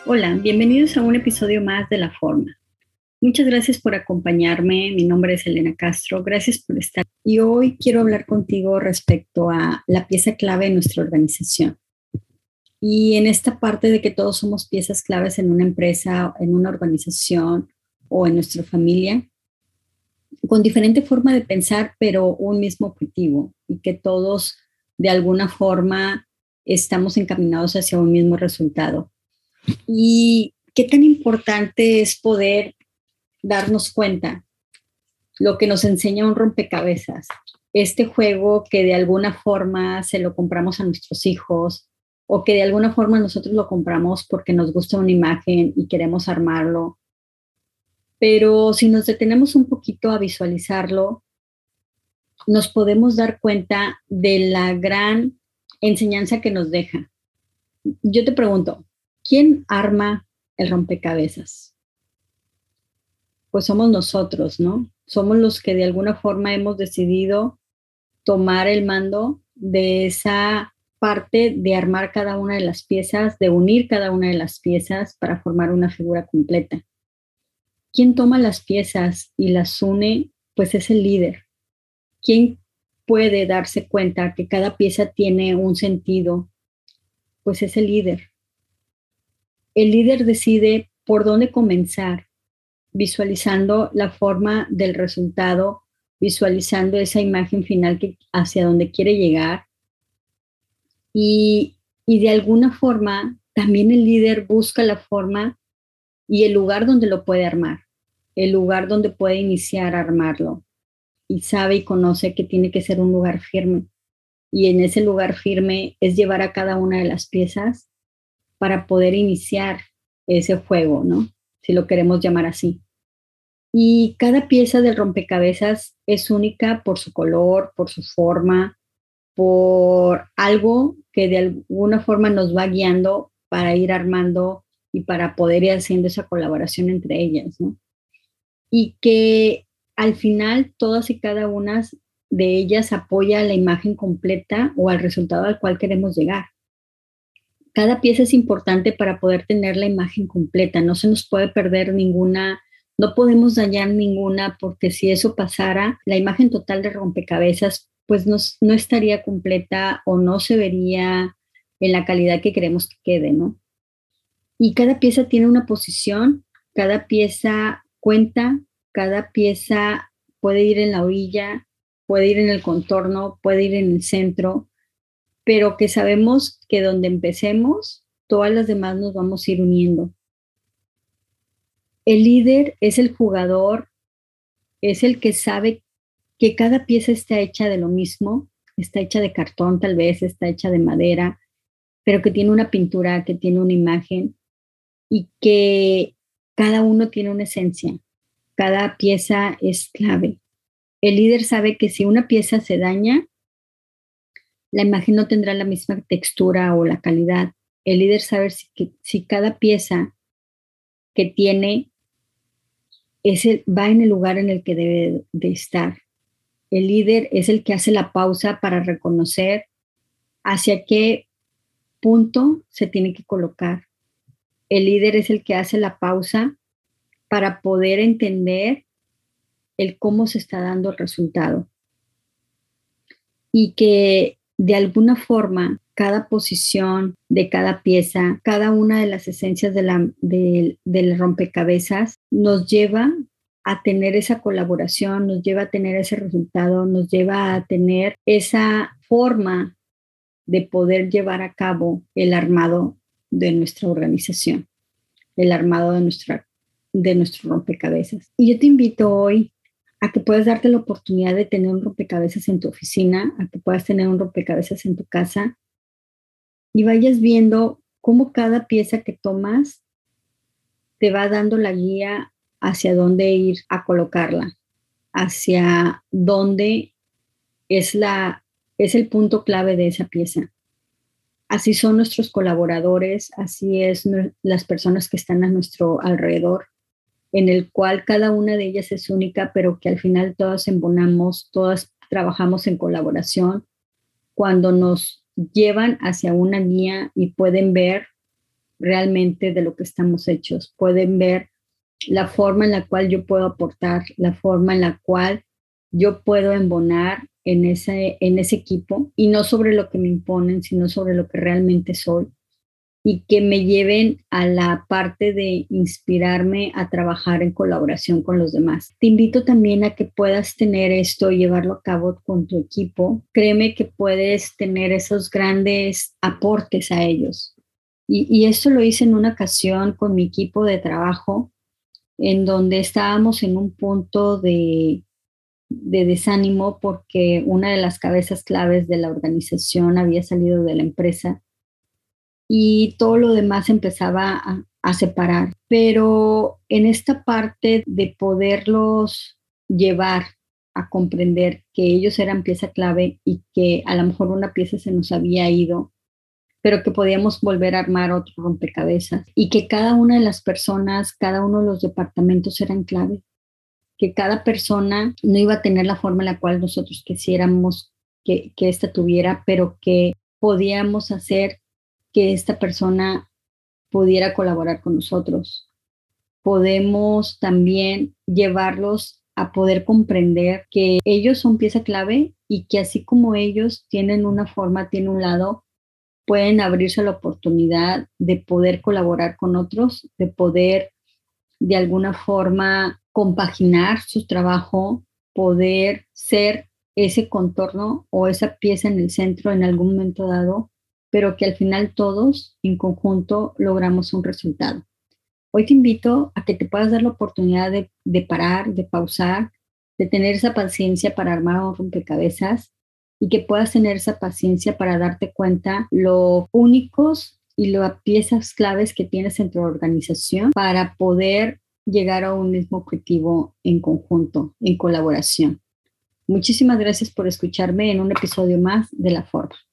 Hola, bienvenidos a un episodio más de La Forma. Muchas gracias por acompañarme. Mi nombre es Elena Castro. Gracias por estar. Y hoy quiero hablar contigo respecto a la pieza clave en nuestra organización. Y en esta parte de que todos somos piezas claves en una empresa, en una organización o en nuestra familia, con diferente forma de pensar, pero un mismo objetivo y que todos de alguna forma estamos encaminados hacia un mismo resultado. Y qué tan importante es poder darnos cuenta lo que nos enseña un rompecabezas. Este juego que de alguna forma se lo compramos a nuestros hijos o que de alguna forma nosotros lo compramos porque nos gusta una imagen y queremos armarlo. Pero si nos detenemos un poquito a visualizarlo, nos podemos dar cuenta de la gran enseñanza que nos deja. Yo te pregunto, ¿quién arma el rompecabezas? Pues somos nosotros, ¿no? Somos los que de alguna forma hemos decidido tomar el mando de esa parte de armar cada una de las piezas, de unir cada una de las piezas para formar una figura completa. ¿Quién toma las piezas y las une? Pues es el líder. ¿Quién puede darse cuenta que cada pieza tiene un sentido? Pues es el líder. El líder decide por dónde comenzar, visualizando la forma del resultado, visualizando esa imagen final que, hacia donde quiere llegar. Y de alguna forma, también el líder busca la forma y el lugar donde lo puede armar, el lugar donde puede iniciar a armarlo. Y sabe y conoce que tiene que ser un lugar firme. Y en ese lugar firme es llevar a cada una de las piezas para poder iniciar ese juego, ¿no? Si lo queremos llamar así. Y cada pieza del rompecabezas es única por su color, por su forma, por algo que de alguna forma nos va guiando para ir armando y para poder ir haciendo esa colaboración entre ellas, ¿no? Y que al final todas y cada una de ellas apoya la imagen completa o al resultado al cual queremos llegar. Cada pieza es importante para poder tener la imagen completa, no se nos puede perder ninguna, no podemos dañar ninguna, porque si eso pasara, la imagen total de rompecabezas pues no estaría completa o no se vería en la calidad que queremos que quede, ¿no? Y cada pieza tiene una posición, cada pieza cuenta, cada pieza puede ir en la orilla, puede ir en el contorno, puede ir en el centro, pero que sabemos que donde empecemos, todas las demás nos vamos a ir uniendo. El líder es el jugador, es el que sabe que cada pieza está hecha de lo mismo, está hecha de cartón tal vez, está hecha de madera, pero que tiene una pintura, que tiene una imagen y que cada uno tiene una esencia, cada pieza es clave. El líder sabe que si una pieza se daña, la imagen no tendrá la misma textura o la calidad. El líder sabe si cada pieza que tiene va en el lugar en el que debe de estar. El líder es el que hace la pausa para reconocer hacia qué punto se tiene que colocar. El líder es el que hace la pausa para poder entender el cómo se está dando el resultado. Y que de alguna forma cada posición de cada pieza, cada una de las esencias del rompecabezas nos lleva a tener esa colaboración, nos lleva a tener ese resultado, nos lleva a tener esa forma de poder llevar a cabo el armado de nuestra organización, el armado de nuestro rompecabezas. Y yo te invito hoy a que puedas darte la oportunidad de tener un rompecabezas en tu oficina, a que puedas tener un rompecabezas en tu casa y vayas viendo cómo cada pieza que tomas te va dando la guía hacia dónde ir a colocarla, hacia dónde es el punto clave de esa pieza. Así son nuestros colaboradores, así es las personas que están a nuestro alrededor, en el cual cada una de ellas es única, pero que al final todas embonamos, todas trabajamos en colaboración cuando nos llevan hacia una guía y pueden ver realmente de lo que estamos hechos. Pueden ver la forma en la cual yo puedo aportar, la forma en la cual yo puedo embonar en ese equipo, y no sobre lo que me imponen, sino sobre lo que realmente soy, y que me lleven a la parte de inspirarme a trabajar en colaboración con los demás. Te invito también a que puedas tener esto y llevarlo a cabo con tu equipo. Créeme que puedes tener esos grandes aportes a ellos. Y esto lo hice en una ocasión con mi equipo de trabajo, en donde estábamos en un punto de desánimo porque una de las cabezas claves de la organización había salido de la empresa y todo lo demás empezaba a separar. Pero en esta parte de poderlos llevar a comprender que ellos eran pieza clave y que a lo mejor una pieza se nos había ido, pero que podíamos volver a armar otro rompecabezas, y que cada una de las personas, cada uno de los departamentos eran clave, que cada persona no iba a tener la forma en la cual nosotros quisiéramos que ésta tuviera, pero que podíamos hacer que esta persona pudiera colaborar con nosotros. Podemos también llevarlos a poder comprender que ellos son pieza clave y que así como ellos tienen una forma, tienen un lado, pueden abrirse la oportunidad de poder colaborar con otros, de poder de alguna forma compaginar su trabajo, poder ser ese contorno o esa pieza en el centro en algún momento dado, pero que al final todos en conjunto logramos un resultado. Hoy te invito a que te puedas dar la oportunidad de parar, de pausar, de tener esa paciencia para armar un rompecabezas, y que puedas tener esa paciencia para darte cuenta lo únicos y las piezas claves que tienes en tu organización para poder llegar a un mismo objetivo en conjunto, en colaboración. Muchísimas gracias por escucharme en un episodio más de La Forma.